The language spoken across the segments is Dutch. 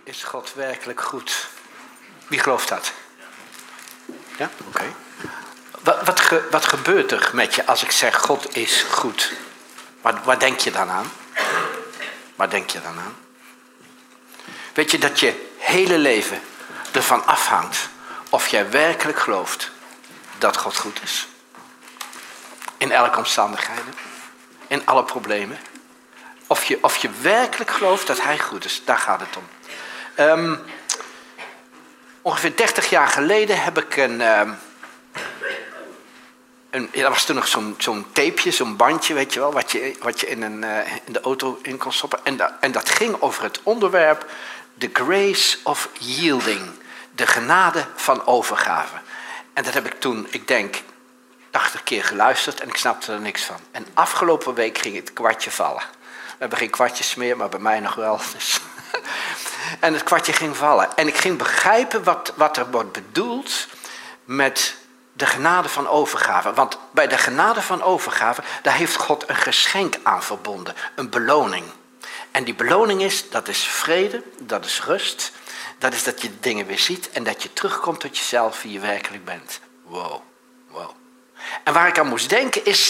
Is God werkelijk goed? Wie gelooft dat? Ja? Oké. Wat gebeurt er met je als ik zeg God is goed? Waar denk je dan aan? Waar denk je dan aan? Weet je dat je hele leven ervan afhangt of jij werkelijk gelooft dat God goed is? In elke omstandigheid. In alle problemen. Of je werkelijk gelooft dat hij goed is. Daar gaat het om. Ongeveer 30 jaar geleden heb ik er was toen nog zo'n tapeje, zo'n bandje, weet je wel, wat je in de auto in kon stoppen. En dat ging over het onderwerp The Grace of Yielding. De genade van overgave. En dat heb ik toen, ik denk, 80 keer geluisterd en ik snapte er niks van. En afgelopen week ging het kwartje vallen. We hebben geen kwartjes meer, maar bij mij nog wel. Dus. En het kwartje ging vallen. En ik ging begrijpen wat er wordt bedoeld met de genade van overgave. Want bij de genade van overgave, daar heeft God een geschenk aan verbonden. Een beloning. En die beloning is, dat is vrede, dat is rust. Dat is dat je de dingen weer ziet en dat je terugkomt tot jezelf wie je werkelijk bent. Wow. En waar ik aan moest denken is,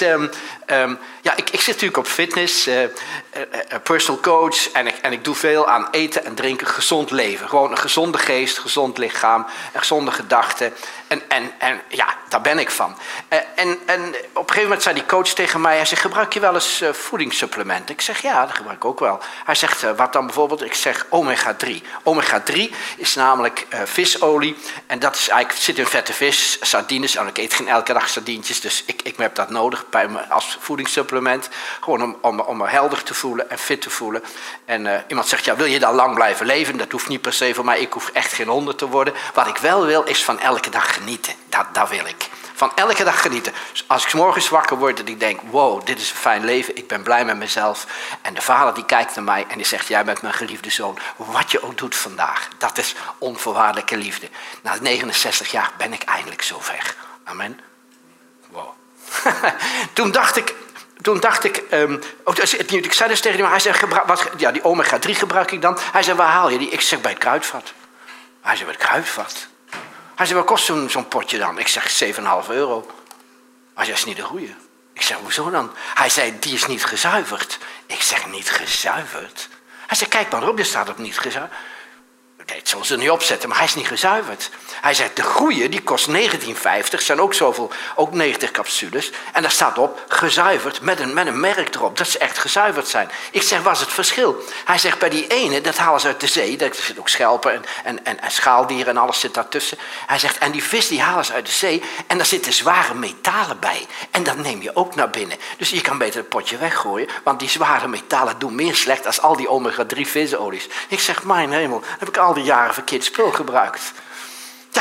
ik zit natuurlijk op fitness, personal coach en ik doe veel aan eten en drinken, gezond leven. Gewoon een gezonde geest, gezond lichaam, een gezonde gedachten. En daar ben ik van. En op een gegeven moment zei die coach tegen mij, hij zegt, gebruik je wel eens voedingssupplementen? Ik zeg, ja, dat gebruik ik ook wel. Hij zegt, wat dan bijvoorbeeld? Ik zeg, omega-3. Omega-3 is namelijk visolie en dat is eigenlijk, zit in vette vis, sardines. En ik eet geen elke dag sardientjes. Dus ik heb dat nodig bij me als voedingssupplement. Gewoon om me helder te voelen en fit te voelen. En iemand zegt, ja, wil je dan lang blijven leven? Dat hoeft niet per se voor mij. Ik hoef echt geen 100 te worden. Wat ik wel wil, is van elke dag genieten. Dat wil ik. Van elke dag genieten. Dus als ik 's morgens wakker word en ik denk, wow, dit is een fijn leven. Ik ben blij met mezelf. En de vader die kijkt naar mij en die zegt, jij bent mijn geliefde zoon. Wat je ook doet vandaag. Dat is onvoorwaardelijke liefde. Na 69 jaar ben ik eindelijk zover. Amen. Wow. Toen dacht ik, ik zei dus tegen hem, hij zei, die omega-3 gebruik ik dan. Hij zei, waar haal je die? Ik zeg, bij het kruidvat. Hij zei, bij het kruidvat? Hij zei, wat kost zo'n potje dan? Ik zeg, €7,5. Hij zei, dat is niet de goeie. Ik zeg, hoezo dan? Hij zei, die is niet gezuiverd. Ik zeg, niet gezuiverd? Hij zei, kijk maar erop, er staat op niet gezuiverd. Nee, het zullen ze er niet opzetten, maar hij is niet gezuiverd. Hij zei, de goeie, die kost €19,50. Zijn ook zoveel, ook 90 capsules. En daar staat op, gezuiverd, met een merk erop. Dat ze echt gezuiverd zijn. Ik zeg, wat is het verschil? Hij zegt, bij die ene, dat halen ze uit de zee. Daar zitten ook schelpen en schaaldieren en alles zit daartussen. Hij zegt, en die vis, die halen ze uit de zee. En daar zitten zware metalen bij. En dat neem je ook naar binnen. Dus je kan beter het potje weggooien. Want die zware metalen doen meer slecht als al die omega-3 visolies. Ik zeg, mijn hemel, heb ik al die jaren verkeerd spul gebruikt. Ja.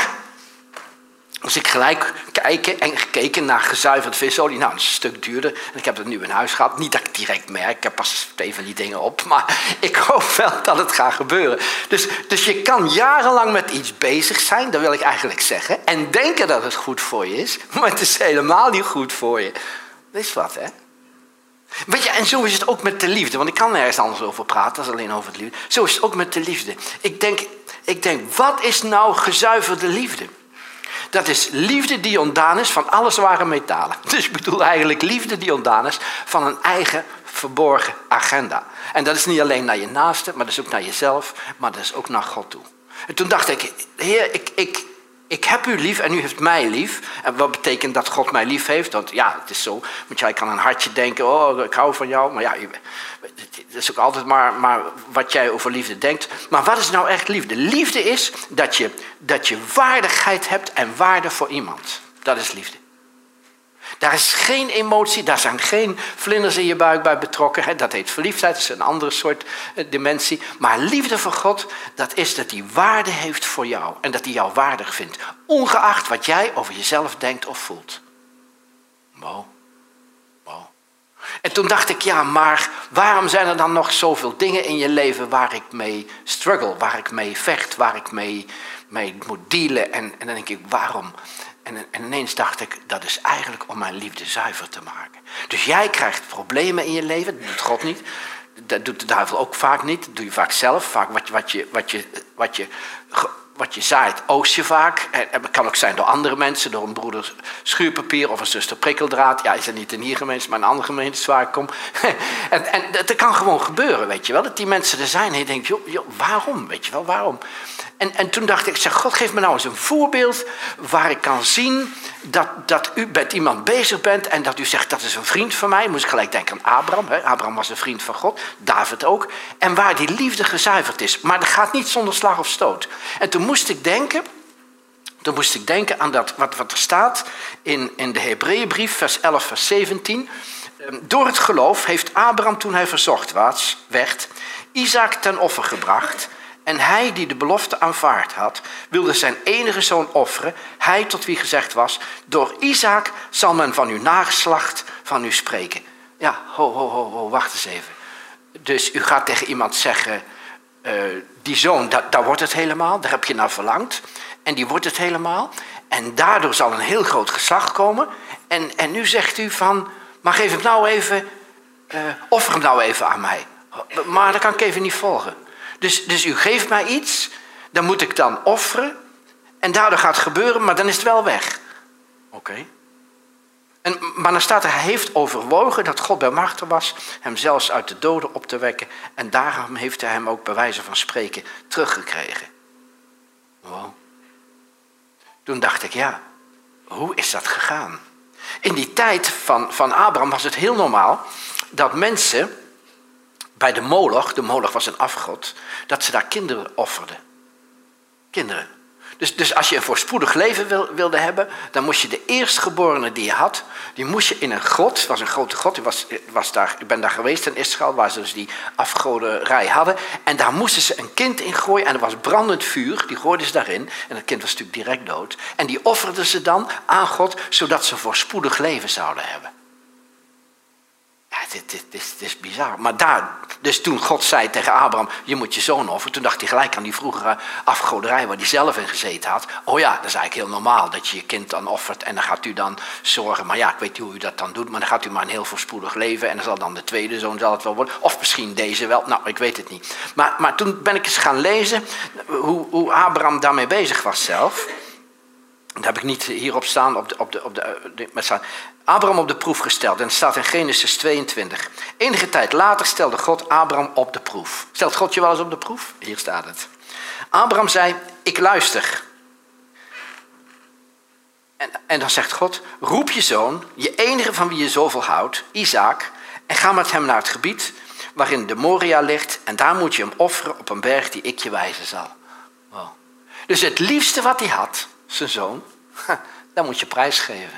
Dus ik gelijk gekeken naar gezuiverde visolie. Nou, dat is een stuk duurder. En ik heb het nu in huis gehad. Niet dat ik het direct merk. Ik heb pas 2 van die dingen op. Maar ik hoop wel dat het gaat gebeuren. Dus je kan jarenlang met iets bezig zijn. Dat wil ik eigenlijk zeggen. En denken dat het goed voor je is. Maar het is helemaal niet goed voor je. Weet je wat, hè? Weet je, en zo is het ook met de liefde. Want ik kan nergens anders over praten dan alleen over het liefde. Zo is het ook met de liefde. Ik denk, wat is nou gezuiverde liefde? Dat is liefde die ontdaan is van alle zware metalen. Dus ik bedoel eigenlijk liefde die ontdaan is van een eigen verborgen agenda. En dat is niet alleen naar je naaste, maar dat is ook naar jezelf. Maar dat is ook naar God toe. En toen dacht ik, Heer, ik heb u lief en u heeft mij lief. En wat betekent dat God mij lief heeft? Want ja, het is zo. Want jij kan een hartje denken, oh, ik hou van jou. Maar ja, dat is ook altijd maar wat jij over liefde denkt. Maar wat is nou echt liefde? Liefde is dat je waardigheid hebt en waarde voor iemand. Dat is liefde. Daar is geen emotie, daar zijn geen vlinders in je buik bij betrokken. Dat heet verliefdheid, dat is een andere soort dimensie. Maar liefde voor God, dat is dat hij waarde heeft voor jou. En dat hij jou waardig vindt. Ongeacht wat jij over jezelf denkt of voelt. Wow. En toen dacht ik, ja, maar waarom zijn er dan nog zoveel dingen in je leven waar ik mee struggle, waar ik mee vecht, waar ik mee moet dealen? En dan denk ik, waarom? En ineens dacht ik, dat is eigenlijk om mijn liefde zuiver te maken. Dus jij krijgt problemen in je leven, dat doet God niet. Dat doet de duivel ook vaak niet. Dat doe je vaak zelf. Vaak wat je zaait, oogst je vaak. En het kan ook zijn door andere mensen, door een broeder schuurpapier of een zuster prikkeldraad. Ja, is dat niet in hier gemeente, maar in andere gemeentes waar ik kom. en dat kan gewoon gebeuren, weet je wel. Dat die mensen er zijn en je denkt, joh, waarom, weet je wel, waarom? En toen dacht ik, zeg, God, geef me nou eens een voorbeeld waar ik kan zien dat u met iemand bezig bent en dat u zegt, dat is een vriend van mij. Moest ik gelijk denken aan Abraham. Hè? Abraham was een vriend van God, David ook. En waar die liefde gezuiverd is. Maar dat gaat niet zonder slag of stoot. En toen moest ik denken aan dat, wat er staat in de Hebreeënbrief, vers 11, vers 17. Door het geloof heeft Abraham, toen hij verzocht werd, Isaac ten offer gebracht. En hij die de belofte aanvaard had, wilde zijn enige zoon offeren. Hij tot wie gezegd was, door Isaac zal men van uw nageslacht van u spreken. Ja, ho, wacht eens even. Dus u gaat tegen iemand zeggen, die zoon, daar wordt het helemaal. Daar heb je naar verlangd. En die wordt het helemaal. En daardoor zal een heel groot geslacht komen. En nu zegt u van, maar geef hem nou even, offer hem nou even aan mij. Maar dat kan ik even niet volgen. Dus u geeft mij iets, dan moet ik dan offeren. En daardoor gaat het gebeuren, maar dan is het wel weg. Oké. Maar dan staat er, hij heeft overwogen dat God bij machte was hem zelfs uit de doden op te wekken. En daarom heeft hij hem ook bij wijze van spreken teruggekregen. Wow. Toen dacht ik, ja, hoe is dat gegaan? In die tijd van Abraham was het heel normaal dat mensen bij de Moloch was een afgod, dat ze daar kinderen offerden. Kinderen. Dus als je een voorspoedig leven wilde hebben, dan moest je de eerstgeborene die je had, die moest je in een grot, het was een grote grot, ik ben daar geweest in Israël, waar ze dus die afgoderij hadden, en daar moesten ze een kind in gooien, en er was brandend vuur, die gooiden ze daarin, en het kind was natuurlijk direct dood, en die offerden ze dan aan God, zodat ze een voorspoedig leven zouden hebben. Ja, dit is bizar. Maar dus toen God zei tegen Abraham, je moet je zoon offeren, toen dacht hij gelijk aan die vroegere afgoderij waar hij zelf in gezeten had. Oh ja, dat is eigenlijk heel normaal dat je je kind dan offert en dan gaat u dan zorgen. Maar ja, ik weet niet hoe u dat dan doet, maar dan gaat u maar een heel voorspoedig leven en dan zal dan de tweede zoon zal het wel worden. Of misschien deze wel, nou ik weet het niet. Maar toen ben ik eens gaan lezen hoe Abraham daarmee bezig was zelf. Dat heb ik niet hierop staan, met Abraham op de proef gesteld. En het staat in Genesis 22. Enige tijd later stelde God Abraham op de proef. Stelt God je wel eens op de proef? Hier staat het. Abraham zei, ik luister. En dan zegt God, roep je zoon, je enige van wie je zoveel houdt, Isaac, en ga met hem naar het gebied waarin de Moria ligt. En daar moet je hem offeren op een berg die ik je wijzen zal. Wow. Dus het liefste wat hij had, zijn zoon, dat moet je prijsgeven.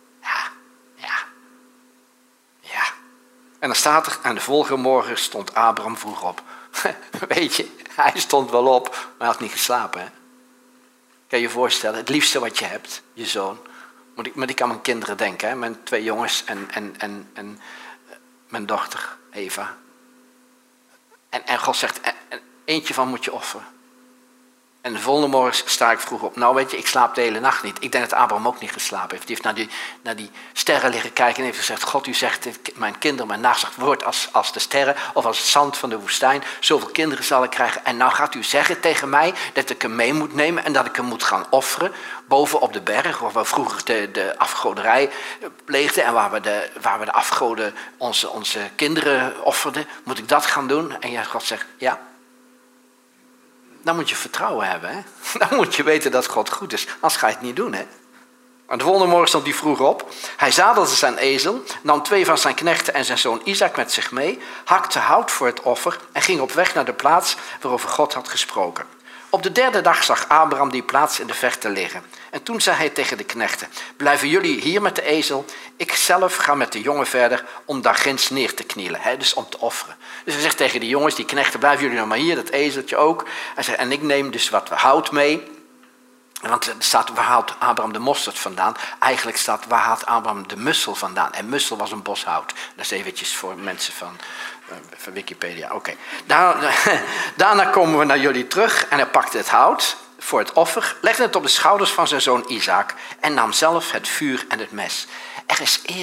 Ja. En dan staat er, en de volgende morgen stond Abraham vroeg op. Weet je, hij stond wel op, maar hij had niet geslapen. Hè? Kan je je voorstellen, het liefste wat je hebt, je zoon. Maar ik kan mijn kinderen denken, hè? Mijn 2 jongens en mijn dochter, Eva. En God zegt, eentje van moet je offeren. En de volgende morgen sta ik vroeg op. Nou weet je, ik slaap de hele nacht niet. Ik denk dat Abraham ook niet geslapen heeft. Die heeft naar die sterren liggen kijken en heeft gezegd, God, u zegt, mijn kinderen, mijn nageslacht wordt als de sterren of als het zand van de woestijn. Zoveel kinderen zal ik krijgen. En nou gaat u zeggen tegen mij dat ik hem mee moet nemen en dat ik hem moet gaan offeren. Boven op de berg, waar we vroeger de afgoderij pleegden en waar we de afgoden onze kinderen offerden. Moet ik dat gaan doen? En God zegt, ja. Dan moet je vertrouwen hebben. Hè? Dan moet je weten dat God goed is. Anders ga je het niet doen. Hè? En de volgende morgen stond hij vroeg op. Hij zadelde zijn ezel, nam 2 van zijn knechten en zijn zoon Isaac met zich mee, hakte hout voor het offer en ging op weg naar de plaats waarover God had gesproken. Op de 3e dag zag Abraham die plaats in de verte liggen. En toen zei hij tegen de knechten, blijven jullie hier met de ezel? Ik zelf ga met de jongen verder om daar ginds neer te knielen. Hè? Dus om te offeren. Dus hij zegt tegen die jongens, die knechten, blijven jullie nog maar hier, dat ezeltje ook. Hij zegt, en ik neem dus wat hout mee. Want er staat, waar haalt Abraham de mosterd vandaan? Eigenlijk staat, waar haalt Abraham de mussel vandaan? En mussel was een bos hout. Dat is eventjes voor mensen van Wikipedia. Oké. Daarna komen we naar jullie terug en hij pakte het hout voor het offer, legde het op de schouders van zijn zoon Isaac en nam zelf het vuur en het mes. Er is eerder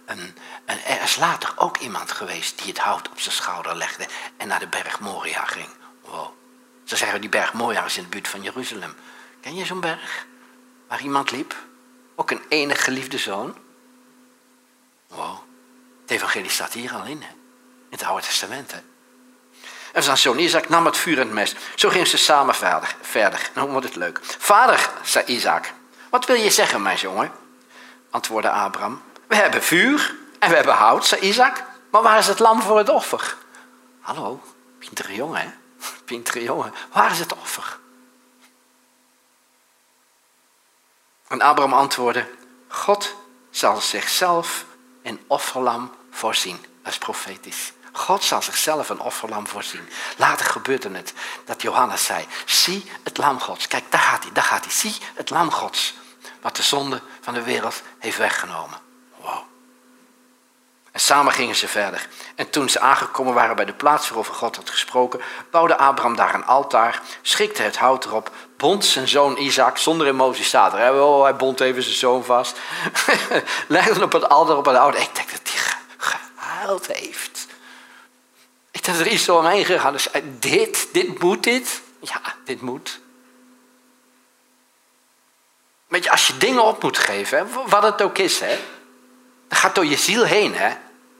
En er is later ook iemand geweest die het hout op zijn schouder legde en naar de berg Moria ging. Wow. Ze zeggen die berg Moria is in de buurt van Jeruzalem. Ken je zo'n berg? Waar iemand liep? Ook een enig geliefde zoon. Wow. Het evangelie staat hier al in. Hè? In het Oude Testament. Hè? En zijn zoon Isaac nam het vuur en het mes. Zo gingen ze samen verder. En hoe wordt het leuk. Vader, zei Isaac. Wat wil je zeggen, mijn jongen? Antwoordde Abraham. We hebben vuur en we hebben hout, zei Isaac. Maar waar is het lam voor het offer? Hallo, pintere jongen, hè? Pintere jongen. Waar is het offer? En Abraham antwoordde. God zal zichzelf een offerlam voorzien. Dat is profetisch. God zal zichzelf een offerlam voorzien. Later gebeurde het dat Johannes zei. Zie het lam Gods. Kijk, daar gaat hij. Zie het lam Gods. Wat de zonde van de wereld heeft weggenomen. Wow. En samen gingen ze verder. En toen ze aangekomen waren bij de plaats waarover God had gesproken, bouwde Abraham daar een altaar, schikte het hout erop, bond zijn zoon Isaac, zonder emotie staat er. Oh, hij bond even zijn zoon vast. Legde hem op het altaar op het oude. Ik denk dat hij gehuild heeft. Ik denk dat er iets door hem heen gegaan is. Dit? Ja, dit moet. Weet je, als je dingen op moet geven, hè, wat het ook is, hè, dat gaat door je ziel heen. Hè.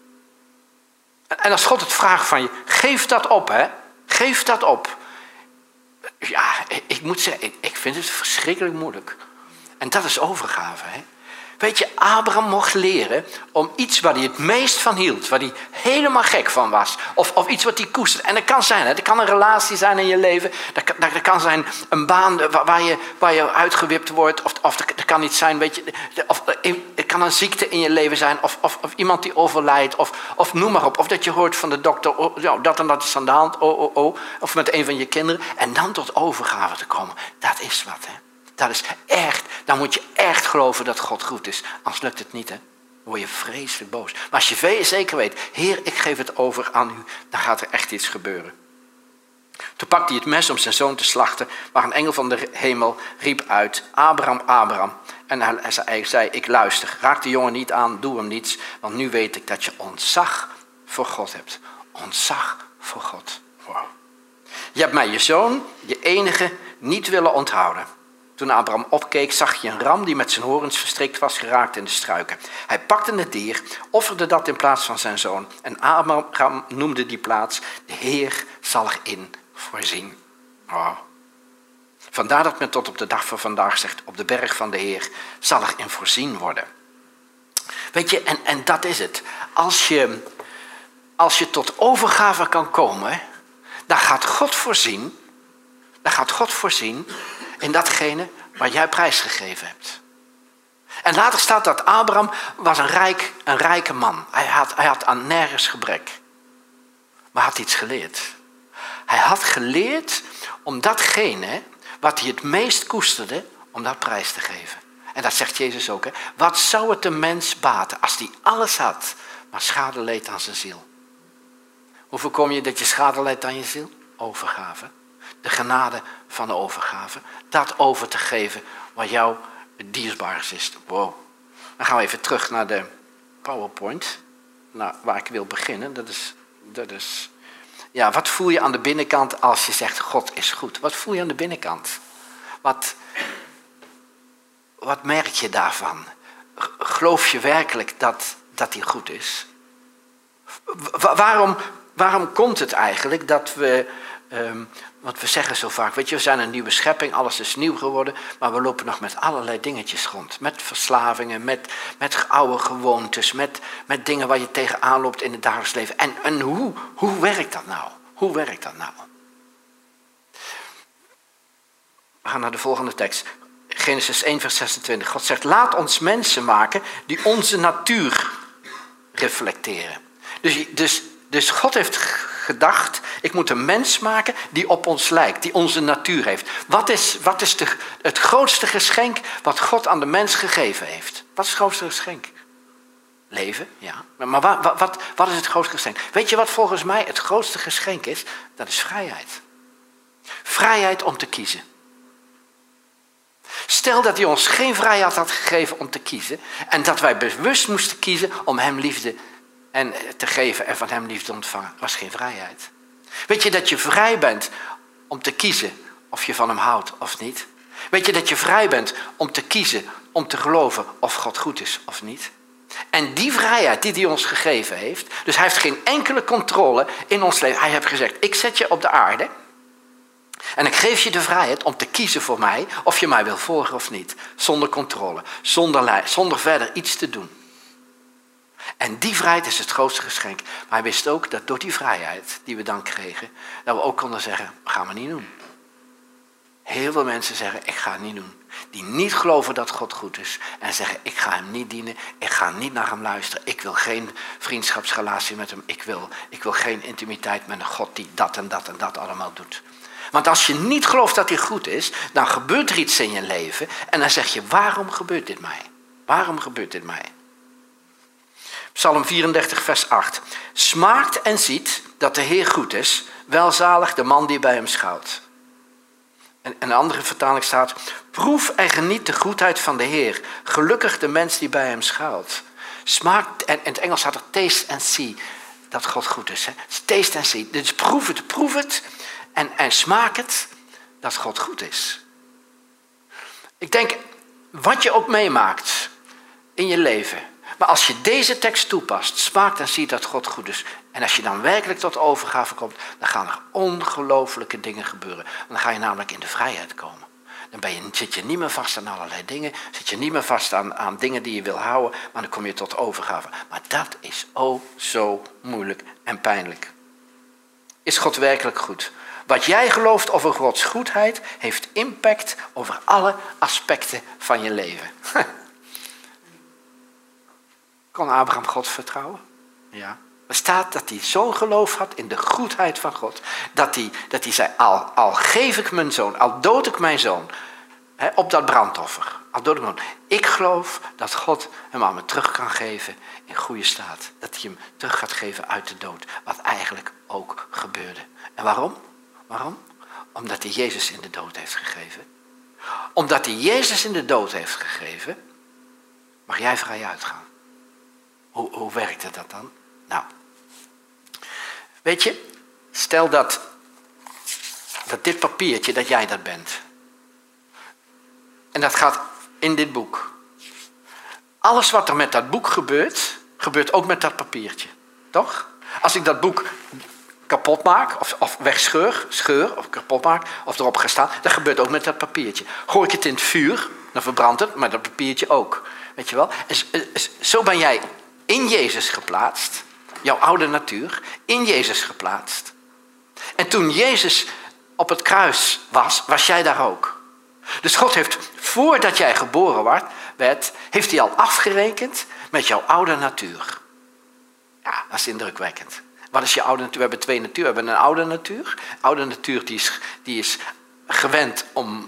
En als God het vraagt van je, geef dat op. Hè. Geef dat op. Ja, ik moet zeggen, ik vind het verschrikkelijk moeilijk. En dat is overgave. Hè. Weet je, Abraham mocht leren om iets waar hij het meest van hield, waar hij helemaal gek van was, of iets wat hij koesterde. En dat kan zijn, hè? Dat kan een relatie zijn in je leven, dat kan zijn een baan waar je uitgewipt wordt, of dat kan iets zijn, weet je, of het kan een ziekte in je leven zijn, of iemand die overlijdt, of noem maar op. Of dat je hoort van de dokter, dat en dat is aan de hand, of met een van je kinderen. En dan tot overgave te komen, dat is wat, hè. Dat is echt, dan moet je echt geloven dat God goed is. Anders lukt het niet, hè. Dan word je vreselijk boos. Maar als je zeker weet, Heer, ik geef het over aan u, dan gaat er echt iets gebeuren. Toen pakte hij het mes om zijn zoon te slachten, maar een engel van de hemel riep uit, Abraham, Abraham. En hij zei, ik luister, raak de jongen niet aan, doe hem niets, want nu weet ik dat je ontzag voor God hebt. Ontzag voor God. Wow. Je hebt mij je zoon, je enige, niet willen onthouden. Toen Abraham opkeek, zag je een ram die met zijn horens verstrikt was geraakt in de struiken. Hij pakte het dier, offerde dat in plaats van zijn zoon. En Abraham noemde die plaats, de Heer zal erin voorzien. Wow. Vandaar dat men tot op de dag van vandaag zegt, op de berg van de Heer zal erin voorzien worden. Weet je, en dat is het. Als je tot overgave kan komen, dan gaat God voorzien. Dan gaat God voorzien in datgene waar jij prijsgegeven hebt. En later staat dat Abraham was een rijke man. Hij had aan nergens gebrek. Maar had iets geleerd. Hij had geleerd om datgene wat hij het meest koesterde, om dat prijs te geven. En dat zegt Jezus ook. Hè? Wat zou het de mens baten als hij alles had, maar schade leed aan zijn ziel? Hoe voorkom je dat je schade leidt aan je ziel? Overgave. De genade van de overgave. Dat over te geven wat jou het dierbaarste is. Wow. Dan gaan we even terug naar de PowerPoint. Waar ik wil beginnen. Dat is. Ja, wat voel je aan de binnenkant als je zegt God is goed? Wat voel je aan de binnenkant? Wat merk je daarvan? Geloof je werkelijk dat hij goed is? Waarom komt het eigenlijk dat we... want we zeggen zo vaak, weet je, we zijn een nieuwe schepping, alles is nieuw geworden, maar we lopen nog met allerlei dingetjes rond. Met verslavingen, met oude gewoontes, met dingen waar je tegenaan loopt in het dagelijks leven. En hoe werkt dat nou? Hoe werkt dat nou? We gaan naar de volgende tekst. Genesis 1 vers 26. God zegt, laat ons mensen maken die onze natuur reflecteren. Dus God heeft gedacht, ik moet een mens maken die op ons lijkt, die onze natuur heeft. Wat is het grootste geschenk wat God aan de mens gegeven heeft? Wat is het grootste geschenk? Leven, ja. Maar wat is het grootste geschenk? Weet je wat volgens mij het grootste geschenk is? Dat is vrijheid. Vrijheid om te kiezen. Stel dat hij ons geen vrijheid had gegeven om te kiezen. En dat wij bewust moesten kiezen om hem liefde te geven en van hem liefde te ontvangen. Dat was geen vrijheid. Weet je dat je vrij bent om te kiezen of je van hem houdt of niet? Weet je dat je vrij bent om te kiezen, om te geloven of God goed is of niet? En die vrijheid die hij ons gegeven heeft, dus hij heeft geen enkele controle in ons leven. Hij heeft gezegd, ik zet je op de aarde en ik geef je de vrijheid om te kiezen voor mij of je mij wil volgen of niet. Zonder controle, zonder verder iets te doen. En die vrijheid is het grootste geschenk. Maar hij wist ook dat door die vrijheid die we dan kregen, dat we ook konden zeggen, gaan we niet doen. Heel veel mensen zeggen, ik ga het niet doen. Die niet geloven dat God goed is. En zeggen, ik ga hem niet dienen. Ik ga niet naar hem luisteren. Ik wil geen vriendschapsrelatie met hem. Ik wil geen intimiteit met een God die dat en dat en dat allemaal doet. Want als je niet gelooft dat hij goed is, dan gebeurt er iets in je leven. En dan zeg je, waarom gebeurt dit mij? Waarom gebeurt dit mij? Psalm 34 vers 8. Smaakt en ziet dat de Heer goed is. Welzalig de man die bij hem schouwt. En een andere vertaling staat, proef en geniet de goedheid van de Heer. Gelukkig de mens die bij hem schuilt. Smaakt, en in het Engels staat er taste and see, dat God goed is. Hè? Taste and see. Dus proef het en smaak het dat God goed is. Ik denk, wat je ook meemaakt in je leven, maar als je deze tekst toepast, smaakt en ziet dat God goed is. En als je dan werkelijk tot overgave komt, dan gaan er ongelooflijke dingen gebeuren. Dan ga je namelijk in de vrijheid komen. Dan zit je niet meer vast aan allerlei dingen. Zit je niet meer vast aan dingen die je wil houden. Maar dan kom je tot overgave. Maar dat is zo moeilijk en pijnlijk. Is God werkelijk goed? Wat jij gelooft over Gods goedheid, heeft impact over alle aspecten van je leven. Kon Abraham God vertrouwen? Ja. Er staat dat hij zo'n geloof had in de goedheid van God. Dat hij zei, al geef ik mijn zoon, al dood ik mijn zoon. Op dat brandoffer. Al dood ik mijn zoon. Ik geloof dat God hem aan me terug kan geven in goede staat. Dat hij hem terug gaat geven uit de dood. Wat eigenlijk ook gebeurde. En waarom? Waarom? Omdat hij Jezus in de dood heeft gegeven. Omdat hij Jezus in de dood heeft gegeven, mag jij vrij uitgaan. Hoe werkte dat dan? Nou, weet je, stel dat dit papiertje, dat jij dat bent. En dat gaat in dit boek. Alles wat er met dat boek gebeurt, gebeurt ook met dat papiertje. Toch? Als ik dat boek kapot maak, of scheur, of kapot maak, of erop ga staan, dat gebeurt ook met dat papiertje. Gooi ik het in het vuur, dan verbrandt het, maar dat papiertje ook. Weet je wel? En zo ben jij in Jezus geplaatst, jouw oude natuur, in Jezus geplaatst. En toen Jezus op het kruis was jij daar ook. Dus God heeft, voordat jij geboren werd, heeft hij al afgerekend met jouw oude natuur. Ja, dat is indrukwekkend. Wat is je oude natuur? We hebben twee naturen. We hebben een oude natuur. Oude natuur die is gewend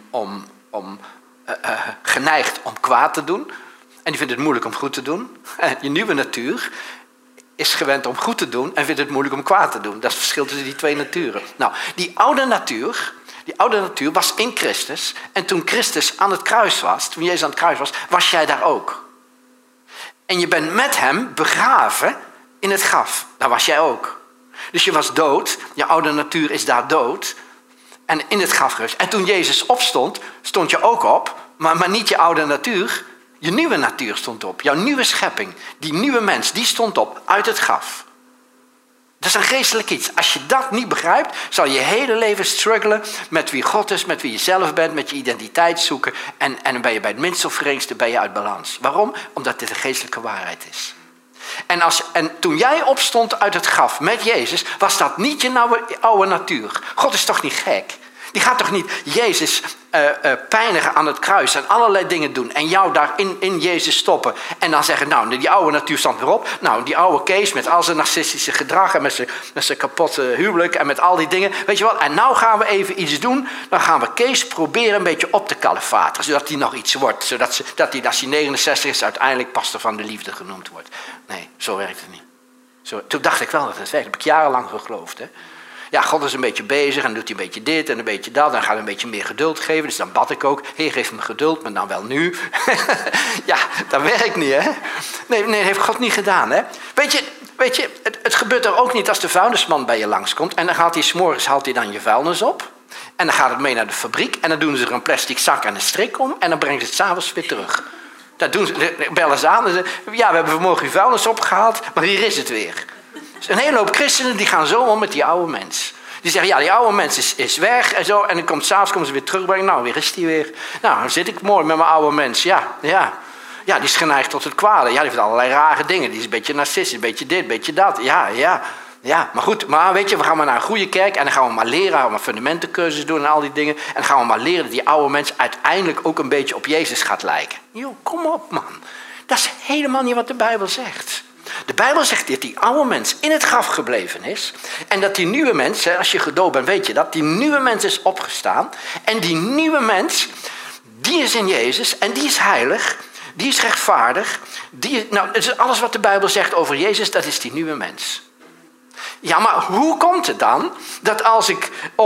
geneigd om kwaad te doen. En die vindt het moeilijk om goed te doen. En je nieuwe natuur is gewend om goed te doen en vindt het moeilijk om kwaad te doen. Dat is het verschil tussen die twee naturen. Nou, die oude natuur was in Christus. En toen Christus aan het kruis was, toen Jezus aan het kruis was jij daar ook. En je bent met hem begraven in het graf. Daar was jij ook. Dus je was dood. Je oude natuur is daar dood. En in het graf geweest. En toen Jezus opstond, stond je ook op. Maar niet je oude natuur. Je nieuwe natuur stond op. Jouw nieuwe schepping. Die nieuwe mens, die stond op uit het graf. Dat is een geestelijk iets. Als je dat niet begrijpt, zal je hele leven struggelen met wie God is, met wie je zelf bent, met je identiteit zoeken. En dan ben je bij het minste of geringste ben je uit balans. Waarom? Omdat dit een geestelijke waarheid is. En toen jij opstond uit het graf met Jezus, was dat niet je oude natuur. God is toch niet gek? Die gaat toch niet Jezus pijnigen aan het kruis en allerlei dingen doen en jou daar in Jezus stoppen en dan zeggen, nou, die oude natuur stond weer op. Nou, die oude Kees met al zijn narcistische gedrag en met zijn kapotte huwelijk en met al die dingen. Weet je wel, en nou gaan we even iets doen. Dan gaan we Kees proberen een beetje op te kalefateren, zodat hij nog iets wordt. Zodat hij, als hij 69 is, uiteindelijk pastor van de liefde genoemd wordt. Nee, zo werkt het niet. Toen dacht ik wel dat het werkt. Dat heb ik jarenlang geloofd. Hè? Ja, God is een beetje bezig en doet hij een beetje dit en een beetje dat. En dan gaat hij een beetje meer geduld geven. Dus dan bad ik ook, Heer, geef me geduld, maar dan wel nu. Ja, dat werkt niet, hè. Nee, dat heeft God niet gedaan, hè. Weet je, het gebeurt er ook niet als de vuilnisman bij je langskomt. En dan gaat hij 's morgens dan je vuilnis op. En dan gaat het mee naar de fabriek. En dan doen ze er een plastic zak en een strik om. En dan brengen ze het 's avonds weer terug. Dat doen ze, bellen ze aan. En ze, ja, we hebben vanmorgen uw vuilnis opgehaald, maar hier is het weer. Dus een hele hoop christenen die gaan zo om met die oude mens. Die zeggen, ja, die oude mens is weg en zo. En dan komt 's avonds komen ze weer terugbrengen. Nou, weer is die weer. Nou, dan zit ik mooi met mijn oude mens. Ja, die is geneigd tot het kwade. Ja, die heeft allerlei rare dingen. Die is een beetje narcistisch, een beetje dit, een beetje dat. Ja, maar goed, maar weet je, we gaan maar naar een goede kerk en dan gaan we maar leren, gaan we maar fundamentencursus doen en al die dingen. En dan gaan we maar leren dat die oude mens uiteindelijk ook een beetje op Jezus gaat lijken. Joh, kom op man. Dat is helemaal niet wat de Bijbel zegt. De Bijbel zegt dat die oude mens in het graf gebleven is. En dat die nieuwe mens, als je gedoopt bent weet je dat, die nieuwe mens is opgestaan. En die nieuwe mens, die is in Jezus en die is heilig. Die is rechtvaardig. Dus alles wat de Bijbel zegt over Jezus, dat is die nieuwe mens. Ja, maar hoe komt het dan dat als ik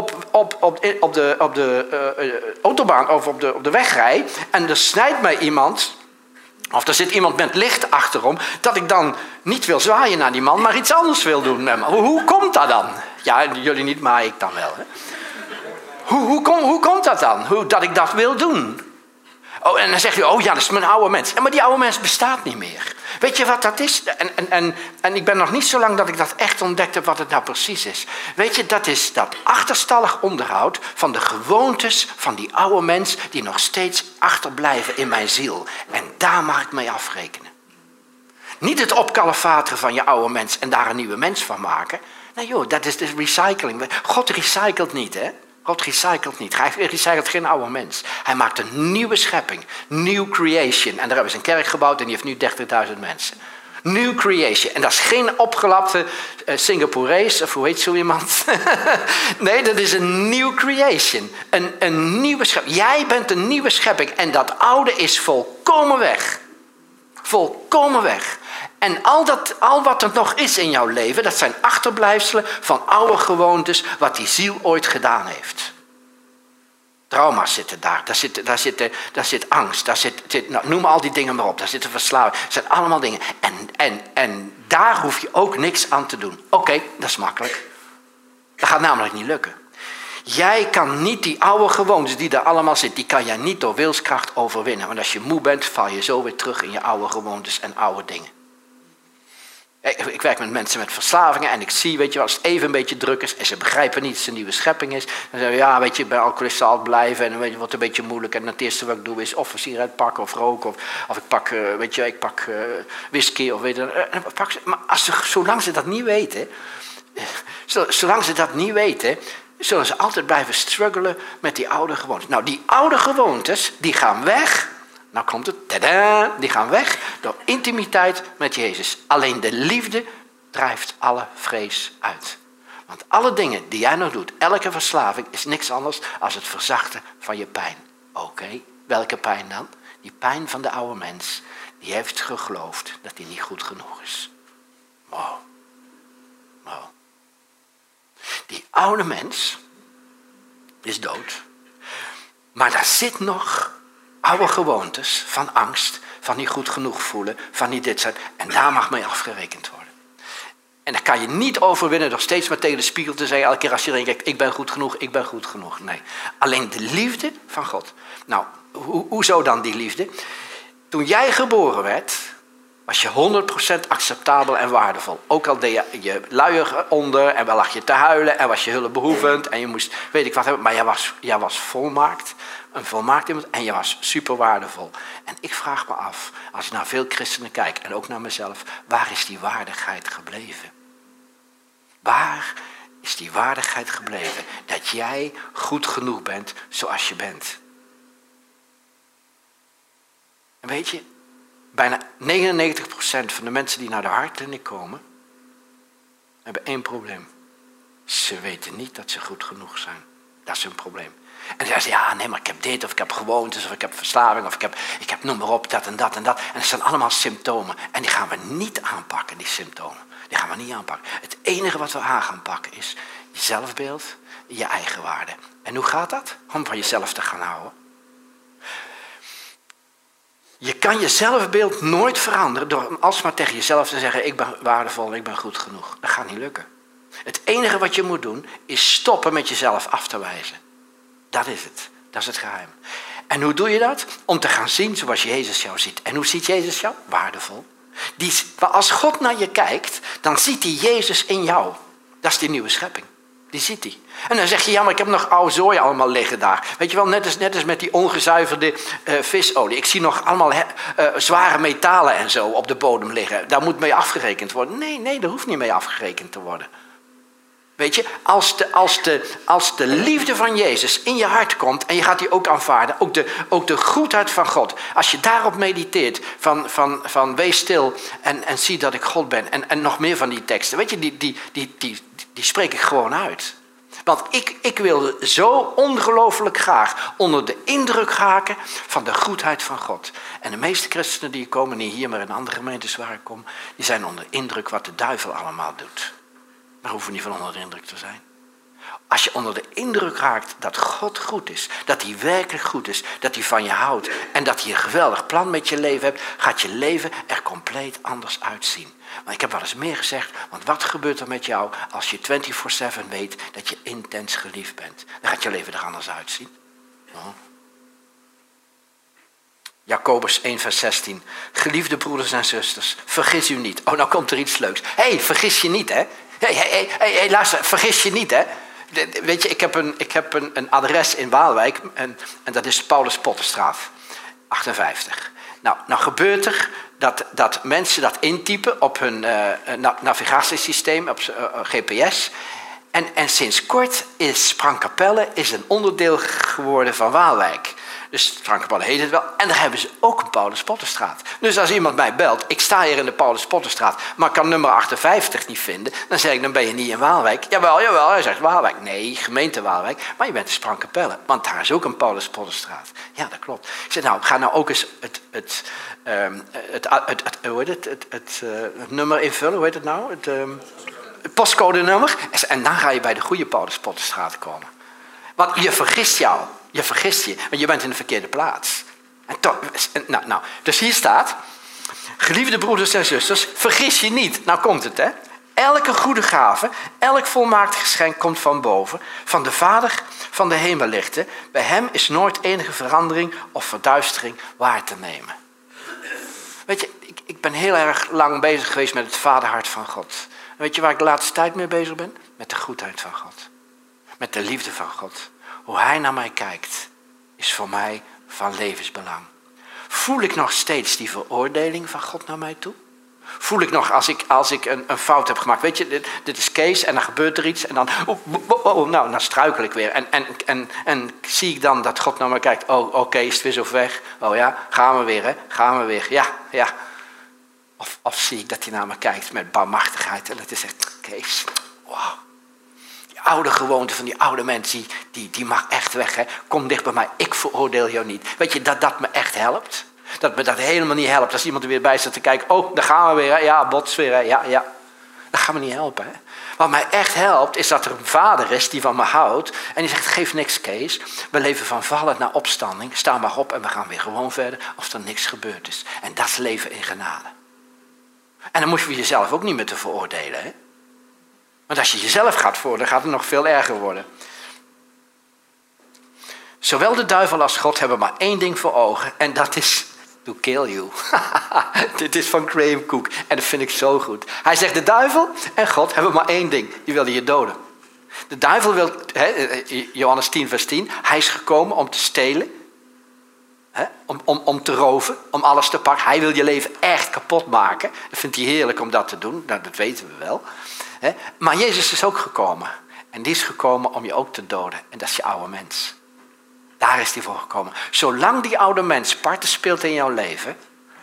op de autobaan of op de weg rij en er snijdt mij iemand, of er zit iemand met licht achterom, dat ik dan niet wil zwaaien naar die man, maar iets anders wil doen met me? Hoe komt dat dan? Ja, jullie niet, maar ik dan wel. Hè? Hoe komt dat dan? Dat ik dat wil doen? Oh, en dan zeg je, oh ja, dat is mijn oude mens. Maar die oude mens bestaat niet meer. Weet je wat dat is? En ik ben nog niet zo lang dat ik dat echt ontdekt heb wat het nou precies is. Weet je, dat is dat achterstallig onderhoud van de gewoontes van die oude mens die nog steeds achterblijven in mijn ziel. En daar mag ik mee afrekenen. Niet het opkalefateren van je oude mens en daar een nieuwe mens van maken. Nee joh, dat is de recycling. God recycelt niet, hè. God recycelt niet. Hij recycelt geen oude mens. Hij maakt een nieuwe schepping. New creation. En daar hebben ze een kerk gebouwd en die heeft nu 30.000 mensen. New creation. En dat is geen opgelapte Singaporees, of hoe heet zo iemand? Nee, dat is een new creation. Een nieuwe schepping. Jij bent een nieuwe schepping. En dat oude is volkomen weg. Volkomen weg. En al wat er nog is in jouw leven, dat zijn achterblijfselen van oude gewoontes, wat die ziel ooit gedaan heeft. Trauma's zitten daar zit angst, noem al die dingen maar op, daar zitten verslaving, dat zijn allemaal dingen. En daar hoef je ook niks aan te doen. Oké, dat is makkelijk. Dat gaat namelijk niet lukken. Jij kan niet die oude gewoontes die daar allemaal zitten, die kan jij niet door wilskracht overwinnen. Want als je moe bent, val je zo weer terug in je oude gewoontes en oude dingen. Ik werk met mensen met verslavingen en ik zie, weet je, als het even een beetje druk is en ze begrijpen niet dat het een nieuwe schepping is, dan zeggen we, ja, weet je, bij alcoholist zal het blijven en weet je, wordt een beetje moeilijk en het eerste wat ik doe is of een sigaret pakken of roken of ik pak, whisky of weet je, maar zolang ze dat niet weten, zullen ze altijd blijven struggelen met die oude gewoontes. Nou, die oude gewoontes, die gaan weg. Nou komt het, tadaa, die gaan weg door intimiteit met Jezus. Alleen de liefde drijft alle vrees uit. Want alle dingen die jij nog doet, elke verslaving, is niks anders dan het verzachten van je pijn. Oké, welke pijn dan? Die pijn van de oude mens, die heeft geloofd dat hij niet goed genoeg is. Wow. Die oude mens is dood. Maar daar zit nog oude gewoontes van angst, van niet goed genoeg voelen, van niet dit zijn. En daar mag mee afgerekend worden. En dat kan je niet overwinnen door steeds maar tegen de spiegel te zeggen, elke keer als je erin kijkt, ik ben goed genoeg, ik ben goed genoeg. Nee, alleen de liefde van God. Nou, hoezo dan die liefde? Toen jij geboren werd, was je 100% acceptabel en waardevol. Ook al deed je luier onder en wel lag je te huilen en was je hulpbehoevend en je moest, weet ik wat hebben, maar jij was volmaakt. Een volmaakt iemand en je was super waardevol. En ik vraag me af, als ik naar veel christenen kijk en ook naar mezelf, waar is die waardigheid gebleven? Waar is die waardigheid gebleven? Dat jij goed genoeg bent zoals je bent. En weet je, bijna 99% van de mensen die naar de hartkliniek komen, hebben één probleem. Ze weten niet dat ze goed genoeg zijn. Dat is hun probleem. En dan zeggen ze, ja, nee, maar ik heb dit, of ik heb gewoontes, of ik heb verslaving, of ik heb noem maar op, dat en dat en dat. En dat zijn allemaal symptomen. En die gaan we niet aanpakken, die symptomen. Die gaan we niet aanpakken. Het enige wat we aan gaan pakken is, je zelfbeeld, je eigen waarde. En hoe gaat dat? Om van jezelf te gaan houden. Je kan je zelfbeeld nooit veranderen door alsmaar tegen jezelf te zeggen, ik ben waardevol, ik ben goed genoeg. Dat gaat niet lukken. Het enige wat je moet doen, is stoppen met jezelf af te wijzen. Dat is het. Dat is het geheim. En hoe doe je dat? Om te gaan zien zoals Jezus jou ziet. En hoe ziet Jezus jou? Waardevol. Als God naar je kijkt, dan ziet hij Jezus in jou. Dat is die nieuwe schepping. Die ziet hij. En dan zeg je, ja, maar ik heb nog oude zooi allemaal liggen daar. Weet je wel, net als met die ongezuiverde visolie. Ik zie nog allemaal zware metalen en zo op de bodem liggen. Daar moet mee afgerekend worden. Nee, daar hoeft niet mee afgerekend te worden. Weet je, als de liefde van Jezus in je hart komt en je gaat die ook aanvaarden, ook de goedheid van God. Als je daarop mediteert, van wees stil en zie dat ik God ben. En nog meer van die teksten, weet je, die spreek ik gewoon uit. Want ik wil zo ongelooflijk graag onder de indruk raken van de goedheid van God. En de meeste christenen die komen, niet hier maar in andere gemeentes waar ik kom, die zijn onder indruk wat de duivel allemaal doet. Maar hoeven niet van onder de indruk te zijn. Als je onder de indruk raakt dat God goed is, dat hij werkelijk goed is, dat hij van je houdt en dat hij een geweldig plan met je leven hebt, gaat je leven er compleet anders uitzien. Maar ik heb wel eens meer gezegd, want wat gebeurt er met jou als je 24/7 weet dat je intens geliefd bent? Dan gaat je leven er anders uitzien. Oh. Jacobus 1 vers 16. Geliefde broeders en zusters, vergis u niet. Oh, nou komt er iets leuks. Hé, vergis je niet, hè? Hey, luister, vergis je niet, hè? Weet je, ik heb een adres in Waalwijk en dat is Paulus Potterstraat, 58. Nou gebeurt er dat mensen dat intypen op hun navigatiesysteem, op GPS. En sinds kort is Sprangkapelle een onderdeel geworden van Waalwijk. Dus Sprangkapelle heet het wel. En daar hebben ze ook een Paulus Potterstraat. Dus als iemand mij belt, ik sta hier in de Paulus Potterstraat, maar ik kan nummer 58 niet vinden, dan zeg ik, dan ben je niet in Waalwijk. Jawel, hij zegt Waalwijk. Nee, gemeente Waalwijk, maar je bent in Sprangkapelle. Want daar is ook een Paulus Potterstraat. Ja, dat klopt. Ik zeg, nou, ga nou ook eens het nummer invullen, hoe heet het nou? Het postcodenummer. En dan ga je bij de goede Paulus Potterstraat komen. Want je vergist je, want je bent in de verkeerde plaats. Dus hier staat, geliefde broeders en zusters, vergis je niet. Nou komt het, hè. Elke goede gave, elk volmaakt geschenk komt van boven, van de Vader van de hemellichten. Bij hem is nooit enige verandering of verduistering waar te nemen. Weet je, ik ben heel erg lang bezig geweest met het vaderhart van God. En weet je waar ik de laatste tijd mee bezig ben? Met de goedheid van God. Met de liefde van God. Hoe hij naar mij kijkt, is voor mij van levensbelang. Voel ik nog steeds die veroordeling van God naar mij toe? Voel ik nog als ik een fout heb gemaakt? Weet je, dit is Kees en dan gebeurt er iets en dan, dan struikel ik weer. En zie ik dan dat God naar mij kijkt, oké, is het weer zo weg? Oh ja, gaan we weer, ja. Of zie ik dat hij naar me kijkt met barmhartigheid en dat hij zegt, Kees, wow. Oude gewoonte van die oude mensen, die mag echt weg. Hè? Kom dicht bij mij, ik veroordeel jou niet. Weet je, dat me echt helpt? Dat me dat helemaal niet helpt als iemand er weer bij staat te kijken. Oh, daar gaan we weer, hè? Ja, bots weer, hè? Ja. Dat gaat me niet helpen. Hè? Wat mij echt helpt, is dat er een vader is die van me houdt. En die zegt, geef niks, Kees. We leven van vallen naar opstanding. Sta maar op en we gaan weer gewoon verder of er niks gebeurd is. En dat is leven in genade. En dan moet je jezelf ook niet meer te veroordelen, hè? Want als je jezelf gaat voordelen, gaat het nog veel erger worden. Zowel de duivel als God hebben maar één ding voor ogen. En dat is to kill you. Dit is van Graham Cook. En dat vind ik zo goed. Hij zegt, de duivel en God hebben maar één ding. Die willen je doden. De duivel wil, Johannes 10 vers 10. Hij is gekomen om te stelen. Om te roven. Om alles te pakken. Hij wil je leven echt kapot maken. Dat vindt hij heerlijk om dat te doen. Nou, dat weten we wel. Maar Jezus is ook gekomen. En die is gekomen om je ook te doden. En dat is je oude mens. Daar is hij voor gekomen. Zolang die oude mens parten speelt in jouw leven.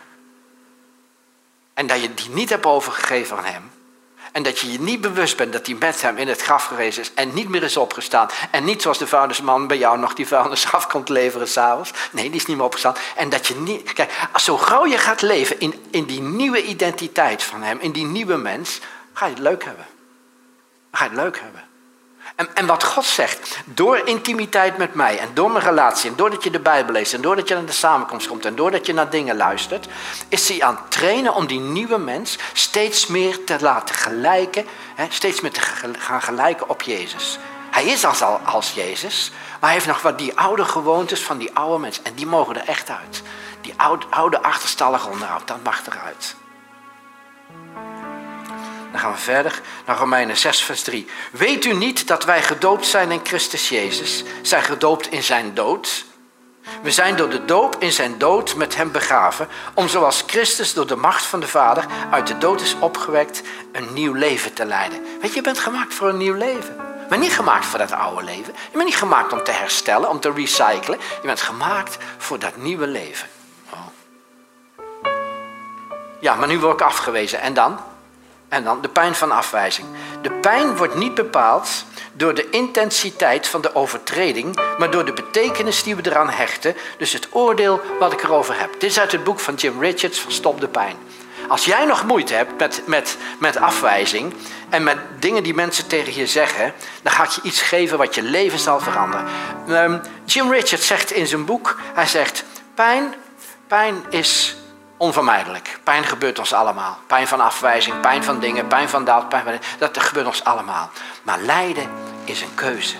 En dat je die niet hebt overgegeven aan hem. En dat je je niet bewust bent dat hij met hem in het graf gerezen is. En niet meer is opgestaan. En niet zoals de vuilnisman bij jou nog die vuilnisgraf komt leveren s'avonds. Nee, die is niet meer opgestaan. En dat je niet... Kijk, zo gauw je gaat leven in die nieuwe identiteit van hem. In die nieuwe mens. Ga je het leuk hebben. En wat God zegt, door intimiteit met mij en door mijn relatie en doordat je de Bijbel leest en doordat je naar de samenkomst komt en doordat je naar dingen luistert, is hij aan het trainen om die nieuwe mens steeds meer te laten gelijken, steeds meer te gaan gelijken op Jezus. Hij is als Jezus, maar hij heeft nog wat die oude gewoontes van die oude mens en die mogen er echt uit. Die oude achterstallige onderhoud, dat mag eruit. Dan gaan we verder naar Romeinen 6 vers 3. Weet u niet dat wij gedoopt zijn in Christus Jezus? Zijn gedoopt in zijn dood? We zijn door de doop in zijn dood met hem begraven, om zoals Christus door de macht van de Vader uit de dood is opgewekt, een nieuw leven te leiden. Weet je, je bent gemaakt voor een nieuw leven. Je bent niet gemaakt voor dat oude leven. Je bent niet gemaakt om te herstellen, om te recyclen. Je bent gemaakt voor dat nieuwe leven. Oh. Ja, maar nu word ik afgewezen. En dan? En dan de pijn van afwijzing. De pijn wordt niet bepaald door de intensiteit van de overtreding, maar door de betekenis die we eraan hechten. Dus het oordeel wat ik erover heb. Dit is uit het boek van Jim Richards van Stop de Pijn. Als jij nog moeite hebt met afwijzing en met dingen die mensen tegen je zeggen, dan ga ik je iets geven wat je leven zal veranderen. Jim Richards zegt in zijn boek, hij zegt, pijn is onvermijdelijk. Pijn gebeurt ons allemaal. Pijn van afwijzing, pijn van dingen, pijn van dat, dat gebeurt ons allemaal. Maar lijden is een keuze.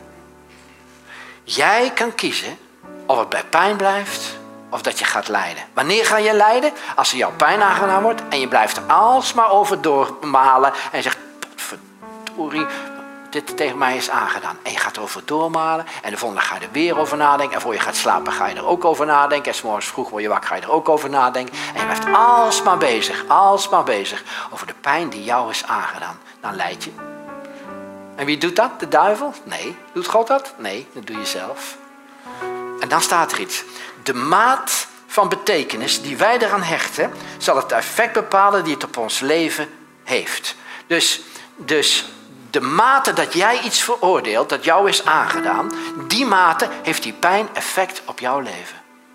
Jij kan kiezen of het bij pijn blijft of dat je gaat lijden. Wanneer ga je lijden? Als er jouw pijn aangedaan wordt en je blijft er alsmaar over doormalen en je zegt, potverdorie, dit tegen mij is aangedaan. En je gaat erover doormalen en de volgende dag ga je er weer over nadenken. En voor je gaat slapen ga je er ook over nadenken. En 's morgens vroeg word je wakker, ga je er ook over nadenken. En je blijft alsmaar bezig over de pijn die jou is aangedaan. Dan lijd je. En wie doet dat? De duivel? Nee. Doet God dat? Nee, dat doe je zelf. En dan staat er iets. De maat van betekenis die wij eraan hechten, zal het effect bepalen die het op ons leven heeft. Dus de mate dat jij iets veroordeelt, dat jou is aangedaan, die mate heeft die pijn effect op jouw leven.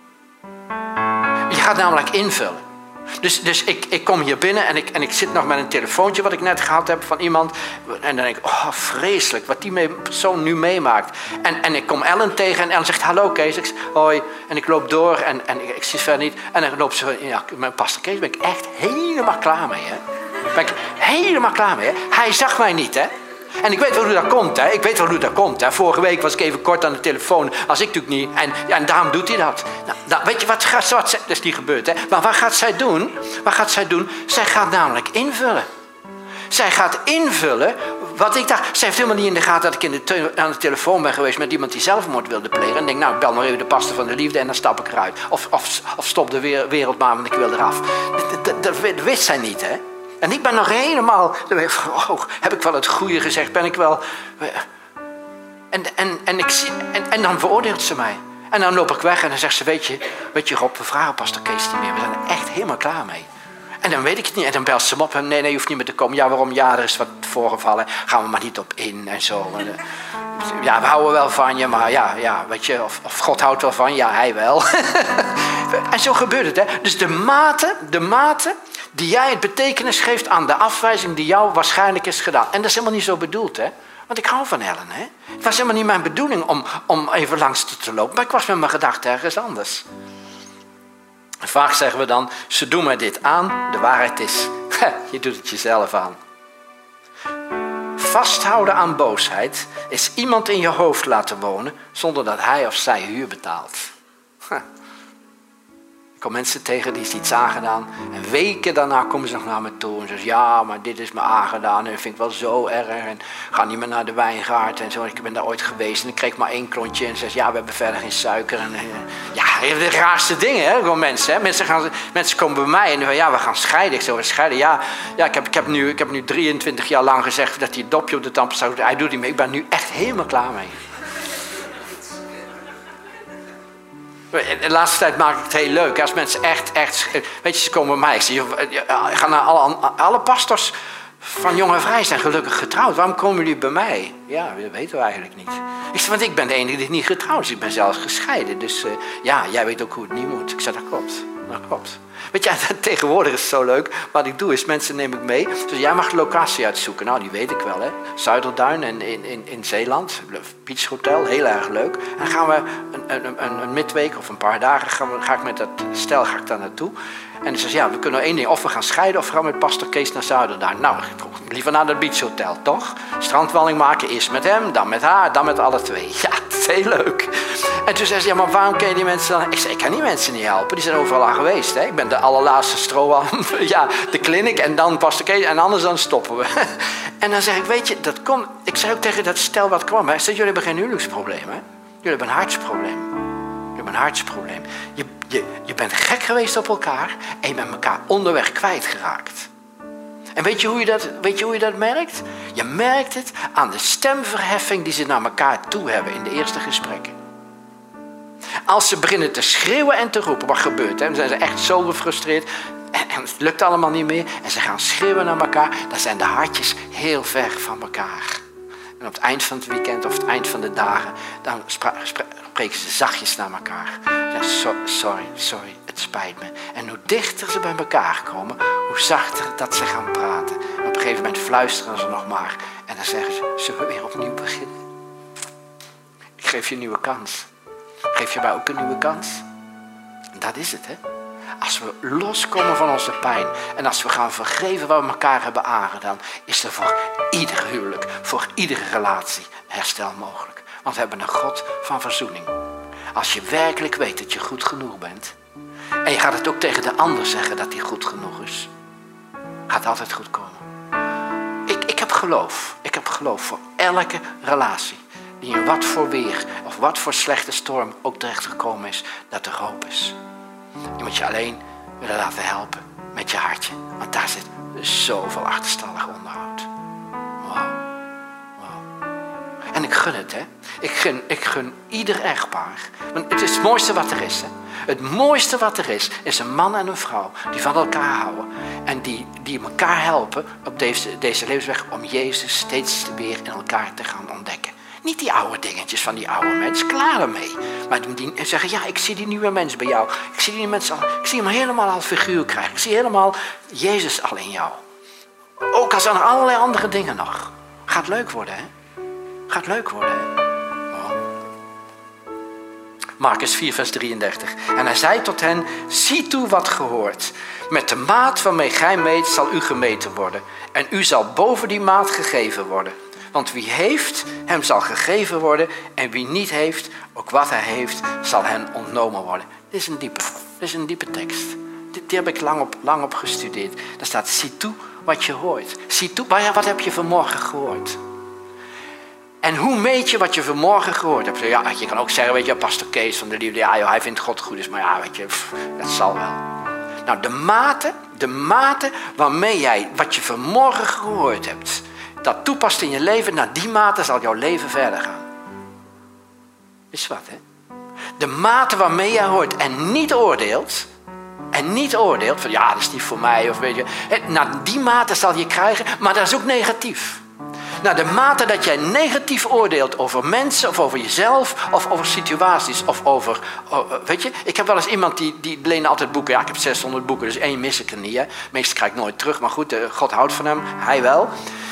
Je gaat namelijk invullen. Dus ik kom hier binnen en ik zit nog met een telefoontje wat ik net gehad heb van iemand. En dan denk ik, oh vreselijk wat die persoon nu meemaakt. En ik kom Ellen tegen en Ellen zegt, hallo Kees. Ik zeg, hoi. En ik loop door en ik zie verder niet. En dan loopt ze, ja, met pastor Kees ben ik echt helemaal klaar mee. Hè? Ben ik helemaal klaar mee. Hè? Hij zag mij niet, hè. En ik weet wel hoe dat komt, hè. Ik weet wel hoe dat komt, hè. Vorige week was ik even kort aan de telefoon. Als ik natuurlijk niet. En daarom doet hij dat. Nou, weet je wat dat is niet gebeurd, hè. Maar wat gaat zij doen? Zij gaat namelijk invullen. Zij gaat invullen wat ik dacht. Zij heeft helemaal niet in de gaten dat ik aan de telefoon ben geweest met iemand die zelfmoord wilde plegen. En denk, nou, ik bel maar even de pastor van de liefde en dan stap ik eruit. Of stop de wereld maar, want ik wil eraf. Dat wist zij niet, hè. En ik ben nog helemaal, oh, heb ik wel het goede gezegd, ben ik wel. En dan veroordeelt ze mij. En dan loop ik weg en dan zegt ze, weet je Rob, we vragen pastor Kees niet meer. We zijn er echt helemaal klaar mee. En dan weet ik het niet. En dan belt ze hem op en nee, je hoeft niet meer te komen. Ja, waarom? Ja, er is wat voorgevallen. Gaan we maar niet op in en zo. Ja, we houden wel van je, maar ja, weet je, of God houdt wel van je, ja, hij wel. En zo gebeurt het, hè. Dus de mate die jij het betekenis geeft aan de afwijzing die jou waarschijnlijk is gedaan. En dat is helemaal niet zo bedoeld, hè. Want ik hou van Ellen, hè. Het was helemaal niet mijn bedoeling om even langs te lopen. Maar ik was met mijn gedachten ergens anders. En vaak zeggen we dan, ze doen mij dit aan. De waarheid is, je doet het jezelf aan. Vasthouden aan boosheid is iemand in je hoofd laten wonen zonder dat hij of zij huur betaalt. Ik kom mensen tegen die is iets aangedaan en weken daarna komen ze nog naar me toe en zeggen, ja, maar dit is me aangedaan en dat vind ik wel zo erg en ga niet meer naar de wijngaard en zo. Ik ben daar ooit geweest en ik kreeg maar 1 klontje en ze zegt, ja, we hebben verder geen suiker. En, ja, de raarste dingen, hè, gewoon mensen. Hè. Mensen komen bij mij en zeggen, ja, we gaan scheiden. Ik zeg, we scheiden, ja, ik heb nu 23 jaar lang gezegd dat hij het dopje op de tandpasta doet. Hij doet niet meer, ik ben nu echt helemaal klaar mee. De laatste tijd maak ik het heel leuk. Als mensen echt, weet je, ze komen bij mij. Ik zeg, ga naar alle pastors van Jong en Vrij zijn gelukkig getrouwd. Waarom komen jullie bij mij? Ja, dat weten we eigenlijk niet. Ik zeg, want ik ben de enige die niet getrouwd is. Ik ben zelfs gescheiden. Dus ja, jij weet ook hoe het niet moet. Ik zeg, dat klopt. Dat klopt. Weet je, tegenwoordig is het zo leuk. Wat ik doe is, mensen neem ik mee. Dus jij mag de locatie uitzoeken. Nou, die weet ik wel, hè. Zuiderduin in Zeeland. Beach Hotel, heel erg leuk. En dan gaan we een midweek of een paar dagen ga ik met dat stel daar naartoe. En dan zegt ja, we kunnen één ding. Of we gaan scheiden of we gaan met pastor Kees naar Zuiderduin. Nou, liever naar dat Beach Hotel, toch? Strandwandeling maken, eerst met hem, dan met haar, dan met alle twee. Ja, dat is heel leuk. En toen zei ze, ja, maar waarom ken je die mensen dan? Ik zei, ik kan die mensen niet helpen. Die zijn overal aan geweest. Hè? Ik ben de allerlaatste strohalm. Ja, de clinic en dan pastor Kees en anders dan stoppen we. En dan zeg ik, weet je, dat komt. Ik zei ook tegen dat stel wat kwam. Hè? Ik zei, jullie hebben geen huwelijksprobleem, hè? Jullie hebben een hartsprobleem. Jullie hebben een hartsprobleem. Je bent gek geweest op elkaar en je bent elkaar onderweg kwijtgeraakt. En weet je hoe je dat merkt? Je merkt het aan de stemverheffing die ze naar elkaar toe hebben in de eerste gesprekken. Als ze beginnen te schreeuwen en te roepen, wat gebeurt? Hè? Dan zijn ze echt zo gefrustreerd en het lukt allemaal niet meer. En ze gaan schreeuwen naar elkaar, dan zijn de hartjes heel ver van elkaar. En op het eind van het weekend of het eind van de dagen, dan spreken ze zachtjes naar elkaar. Sorry, het spijt me. En hoe dichter ze bij elkaar komen, hoe zachter dat ze gaan praten. En op een gegeven moment fluisteren ze nog maar. En dan zeggen ze, zullen we weer opnieuw beginnen? Ik geef je een nieuwe kans. Geef je mij ook een nieuwe kans? En dat is het, hè. Als we loskomen van onze pijn en als we gaan vergeven wat we elkaar hebben aangedaan, is er voor ieder huwelijk, voor iedere relatie herstel mogelijk. Want we hebben een God van verzoening. Als je werkelijk weet dat je goed genoeg bent en je gaat het ook tegen de ander zeggen dat hij goed genoeg is, gaat het altijd goed komen. Ik heb geloof. Ik heb geloof voor elke relatie die in wat voor weer of wat voor slechte storm ook terechtgekomen is, dat er hoop is. Je moet je alleen willen laten helpen met je hartje. Want daar zit zoveel achterstallig onderhoud. Wow. En ik gun het, hè. Ik gun ieder echtpaar. Want het is het mooiste wat er is, hè. Het mooiste wat er is een man en een vrouw die van elkaar houden. En die elkaar helpen op deze levensweg om Jezus steeds weer in elkaar te gaan ontdekken. Niet die oude dingetjes van die oude mens, klaar ermee. Maar die zeggen, ja, ik zie die nieuwe mens bij jou. Ik zie die mensen al, ik zie hem helemaal al figuur krijgen. Ik zie helemaal Jezus al in jou. Ook al zijn er allerlei andere dingen nog. Gaat leuk worden, hè? Gaat leuk worden, hè? Oh. Markus 4, vers 33. En hij zei tot hen, zie toe wat gehoord. Met de maat waarmee gij meet, zal u gemeten worden. En u zal boven die maat gegeven worden. Want wie heeft, hem zal gegeven worden. En wie niet heeft, ook wat hij heeft, zal hem ontnomen worden. Dit is een diepe tekst. Die heb ik lang op gestudeerd. Daar staat, zie toe wat je hoort. Zie toe, wat heb je vanmorgen gehoord? En hoe meet je wat je vanmorgen gehoord hebt? Ja, je kan ook zeggen, weet je, pastor Kees van de Liefde. Ja, joh, hij vindt God goed is. Maar ja, weet je, dat zal wel. Nou, de mate waarmee jij wat je vanmorgen gehoord hebt, dat toepast in je leven, naar die mate zal jouw leven verder gaan. Is wat, hè? De mate waarmee jij hoort en niet oordeelt, van ja, dat is niet voor mij, of weet je. Naar die mate zal je krijgen, maar dat is ook negatief. Naar de mate dat jij negatief oordeelt over mensen, of over jezelf, of over situaties, of over, weet je. Ik heb wel eens iemand die leent altijd boeken. Ja, ik heb 600 boeken, dus 1 mis ik er niet, hè. Meestal krijg ik nooit terug, maar goed, God houdt van hem, hij wel.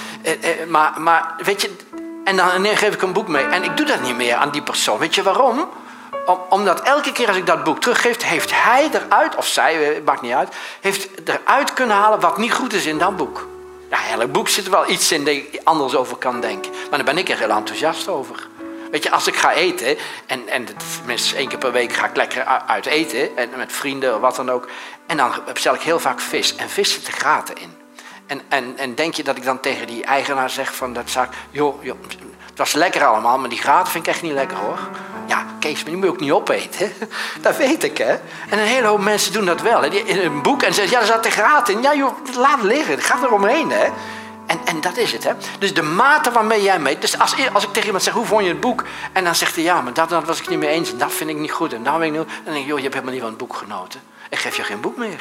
Maar weet je, en dan geef ik een boek mee. En ik doe dat niet meer aan die persoon. Weet je waarom? Omdat elke keer als ik dat boek teruggeef, heeft hij eruit, of zij, maakt niet uit, heeft eruit kunnen halen wat niet goed is in dat boek. Ja, in elk boek zit er wel iets in dat ik anders over kan denken. Maar daar ben ik er heel enthousiast over. Weet je, als ik ga eten, en tenminste 1 keer per week ga ik lekker uit eten, en met vrienden of wat dan ook. En dan bestel ik heel vaak vis. En vis zit er graten in. En denk je dat ik dan tegen die eigenaar zeg van dat zaak, joh, het was lekker allemaal, maar die graten vind ik echt niet lekker, hoor. Ja, Kees, maar die moet je ook niet opeten. Dat weet ik, hè. En een hele hoop mensen doen dat wel. Hè. In een boek en zeggen, ja, er zat de graten in. Ja, joh, laat het liggen. Het gaat eromheen, hè. En dat is het, hè. Dus de mate waarmee jij meet. Dus als ik tegen iemand zeg, hoe vond je het boek? En dan zegt hij, ja, maar dat was ik niet mee eens. En dat vind ik niet goed. En nou weet ik niet. Dan denk ik, joh, je hebt helemaal niet van het boek genoten. Ik geef je geen boek meer.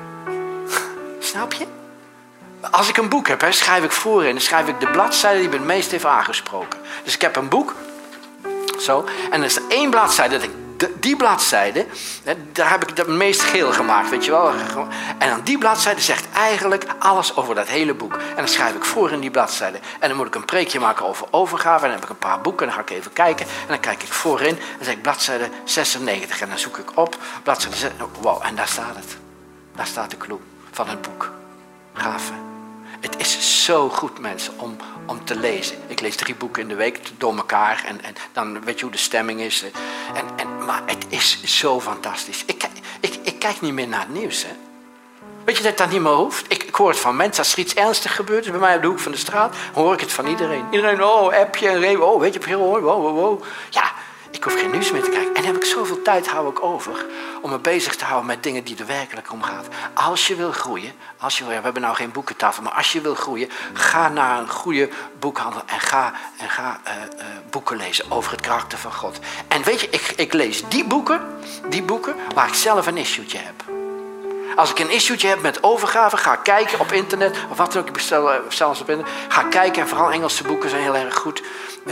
Snap je? Als ik een boek heb, hè, schrijf ik voorin. Dan schrijf ik de bladzijde die me het meest heeft aangesproken. Dus ik heb een boek. Zo. En er is er 1 bladzijde dat ik die bladzijde, daar heb ik het meest geel gemaakt, weet je wel. En aan die bladzijde zegt eigenlijk alles over dat hele boek. En dan schrijf ik voor in die bladzijde. En dan moet ik een preekje maken over overgave. En dan heb ik een paar boeken, en dan ga ik even kijken. En dan kijk ik voorin en dan zeg ik bladzijde 96. En dan zoek ik op bladzijde 96. Wow, en daar staat het. Daar staat de clue van het boek. Gaaf, hè? Het is zo goed, mensen, om te lezen. Ik lees 3 boeken in de week door elkaar. En dan weet je hoe de stemming is. Maar het is zo fantastisch. Ik kijk niet meer naar het nieuws. Hè. Weet je dat dat niet meer hoeft? Ik hoor het van mensen. Als er iets ernstig gebeurt is bij mij op de hoek van de straat, hoor ik het van iedereen. Iedereen, appje en reep. Weet je, wow. Ja, ik hoef geen nieuws meer te kijken. En dan heb ik zoveel tijd hou ik over om me bezig te houden met dingen die er werkelijk om gaat. Als je wil groeien, we hebben nou geen boekentafel, maar als je wil groeien, ga naar een goede boekhandel en ga boeken lezen over het karakter van God. En weet je, ik lees die boeken waar ik zelf een issue'tje heb. Als ik een issue'tje heb met overgave, ga kijken op internet, of wat dan ook, ik bestel zelfs op internet, ga kijken, en vooral Engelse boeken zijn heel erg goed.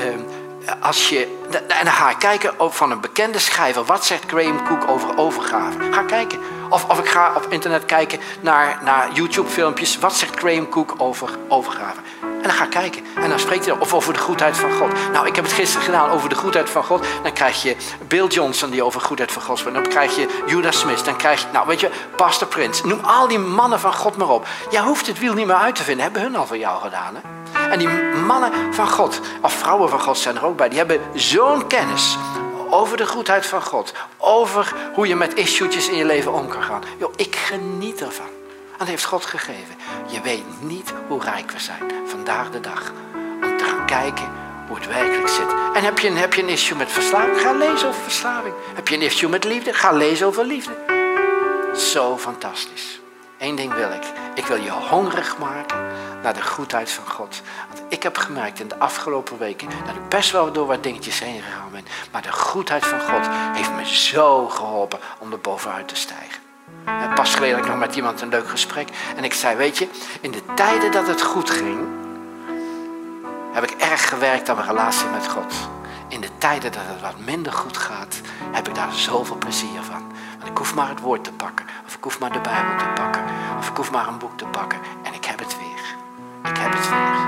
En dan ga ik kijken van een bekende schrijver. Wat zegt Graham Cooke over overgave? Ga kijken. Of ik ga op internet kijken naar YouTube filmpjes. Wat zegt Graham Cooke over overgave? En dan ga ik kijken. En dan spreekt hij of over de goedheid van God. Nou, ik heb het gisteren gedaan over de goedheid van God. Dan krijg je Bill Johnson die over goedheid van God spreekt. Dan krijg je Judah Smith. Dan krijg je, nou weet je, Pastor Prince. Noem al die mannen van God maar op. Jij hoeft het wiel niet meer uit te vinden. Hebben hun al voor jou gedaan, hè? En die mannen van God, of vrouwen van God zijn er ook bij. Die hebben zo'n kennis over de goedheid van God. Over hoe je met issuetjes in je leven om kan gaan. Yo, ik geniet ervan. En dat heeft God gegeven. Je weet niet hoe rijk we zijn. Vandaag de dag. Om te gaan kijken hoe het werkelijk zit. En heb je een issue met verslaving? Ga lezen over verslaving. Heb je een issue met liefde? Ga lezen over liefde. Zo fantastisch. Eén ding wil ik. Ik wil je hongerig maken naar de goedheid van God. Want ik heb gemerkt in de afgelopen weken dat ik best wel door wat dingetjes heen gegaan ben. Maar de goedheid van God heeft me zo geholpen om er bovenuit te stijgen. Pas geleden had ik nog met iemand een leuk gesprek. En ik zei, weet je, in de tijden dat het goed ging, heb ik erg gewerkt aan mijn relatie met God. In de tijden dat het wat minder goed gaat, heb ik daar zoveel plezier van. Want ik hoef maar het woord te pakken. Of ik hoef maar de Bijbel te pakken. Of ik hoef maar een boek te pakken. En ik heb het weer. Ik heb het weer.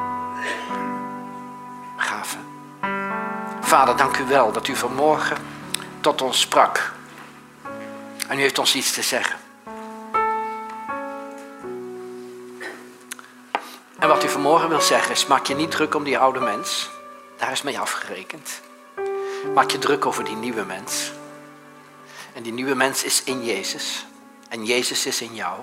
Gaaf, hè? Vader, dank u wel dat u vanmorgen tot ons sprak. En u heeft ons iets te zeggen. En wat u vanmorgen wil zeggen is, maak je niet druk om die oude mens. Daar is mee afgerekend. Maak je druk over die nieuwe mens. En die nieuwe mens is in Jezus. En Jezus is in jou.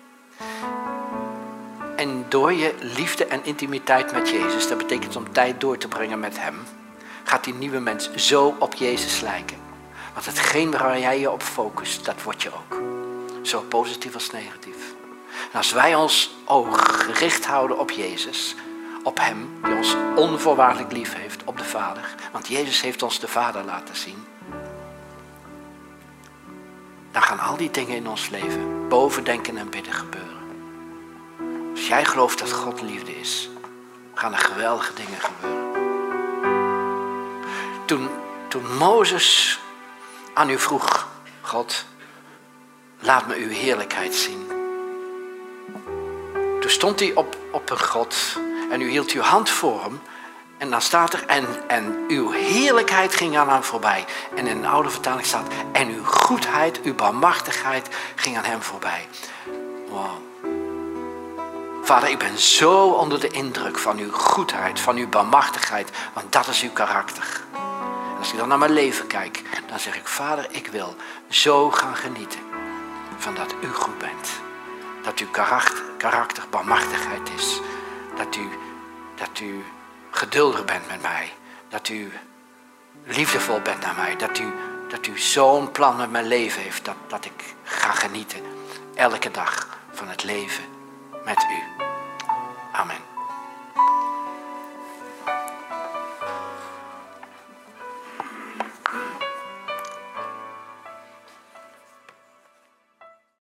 En door je liefde en intimiteit met Jezus, dat betekent om tijd door te brengen met hem, gaat die nieuwe mens zo op Jezus lijken. Want hetgeen waar jij je op focust, dat word je ook. Zo positief als negatief. En als wij ons oog gericht houden op Jezus, op hem die ons onvoorwaardelijk lief heeft, op de Vader. Want Jezus heeft ons de Vader laten zien. Dan gaan al die dingen in ons leven boven denken en bidden gebeuren. Als jij gelooft dat God liefde is, gaan er geweldige dingen gebeuren. Toen Mozes aan u vroeg, God, laat me uw heerlijkheid zien. Toen stond hij op een God en u hield uw hand voor hem. En dan staat er, en uw heerlijkheid ging aan hem voorbij. En in een oude vertaling staat, en uw goedheid, uw barmhartigheid ging aan hem voorbij. Wow. Vader, ik ben zo onder de indruk van uw goedheid, van uw barmhartigheid, want dat is uw karakter. En als ik dan naar mijn leven kijk, dan zeg ik, Vader, ik wil zo gaan genieten van dat u goed bent. Dat uw karakter barmhartigheid is. Dat u geduldig bent met mij. Dat u liefdevol bent naar mij. Dat u zo'n plan met mijn leven heeft. Dat ik ga genieten elke dag van het leven met u. Amen.